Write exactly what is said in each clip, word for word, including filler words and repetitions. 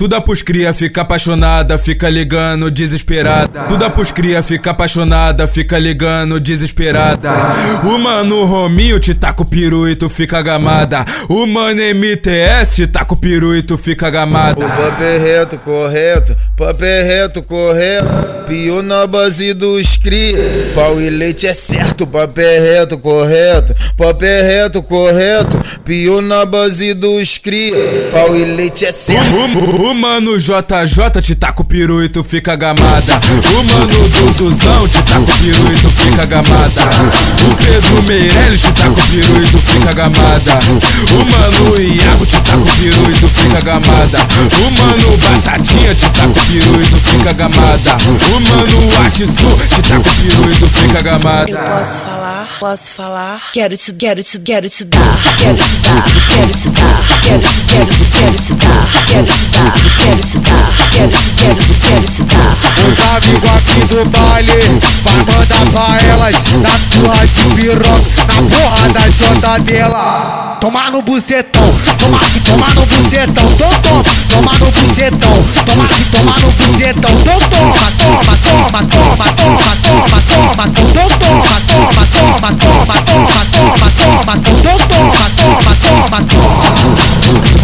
Tudo pros cria fica apaixonada, fica ligando desesperada. Tudo pros cria fica apaixonada, fica ligando desesperada. O mano Rominho te taca o peru e tu fica gamada. O mano M T S te taca o peru e tu fica gamada. O papo é reto, correto, papo é reto, correto. Pio na base dos cria, pau e leite é certo. Papo é reto, correto, papo é reto, correto. Pio na base dos cria, pau e leite é certo. O, o mano J J te taca o peru e tu fica gamada. O mano Duduzão te taca o peru e tu fica gamada. O Pedro Meirelles te taca o peru e tu fica gamada. O mano Iago te taca o peru e tu fica gamada. O mano Batatinha te taca o peru e tu fica gamada. O mano Atsu te taca o peru e tu fica gamada. Eu posso falar, posso falar. Quero te, quero te, quero te dar. Quero te dar, quero te dar. Quero te, quero te, quero te dar. Quero te dar, quero te dar. Quero te, quero te, quero te dar. Os amigos aqui do baile vai mandar pra elas na sua de piroca, na porra da jota dela. Tomar no bucetão, toma que tomar no bucetão, então toma, toma no bucetão, toma que tomar no bucetão, então toma, toma, toma, toma, toma, toma, toma, então toma, toma, toma, toma, toma, toma, toma, então toma, toma, toma, toma.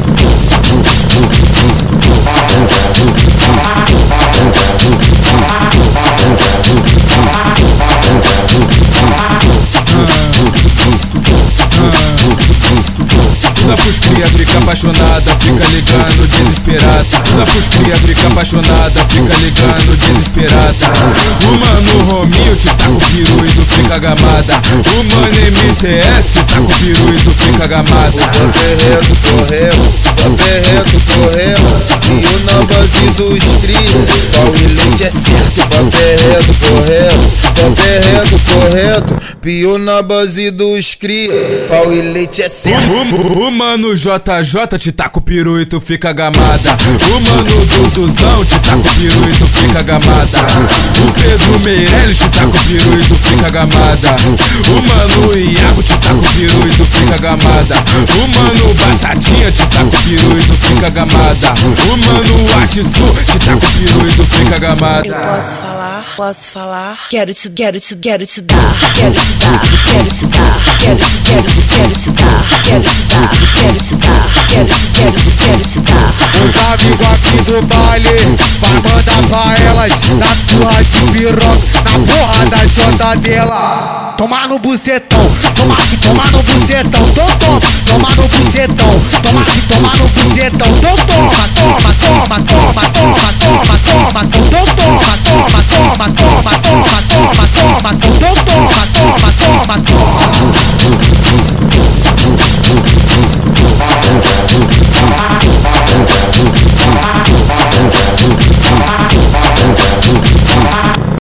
Tudo pros cria fica apaixonada, fica ligando desesperada. Tudo pros cria fica apaixonada, fica ligando desesperada. O mano Rominho te taca o peru e tu fica gamada. O mano M T S te taca o peru e tu fica gamada. O papo é reto, correto, papo é reto, correto. Pio na base dos cria, pau e leite é certo. Papo é reto, correto, papo é reto, correto. Pio na base dos cria, pau e leite é certo. O, o mano J J te taca o peru e tu fica gamada. O mano Duduzão te taca o peru e tu fica gamada. O Pedro Meirelles te taca o peru e tu fica gamada. O mano Iago te taca o peru e tu fica gamada. O mano Batatinha te taca o peru e tu fica gamada. O mano Atsu te taca o peru e tu fica gamada. Eu posso falar, posso falar. Quero te, quero te, quero te dar. Quero te dar, quero te dar. Quero te, quero te, quero te dar. Quero te dar, quero te dar. Quero te, quero te, quero te dar. Os amigos aqui do baile vai mandar pra elas na sua de piroca, na porra da jota dela. Tomar no bucetão, toma que tomar no bucetão, então toma, toma no bucetão, toma que tomar no bucetão, então toma, toma, toma, toma, toma, toma, toma, então toma, toma, toma, toma, toma, toma, toma, então toma, toma, toma, toma.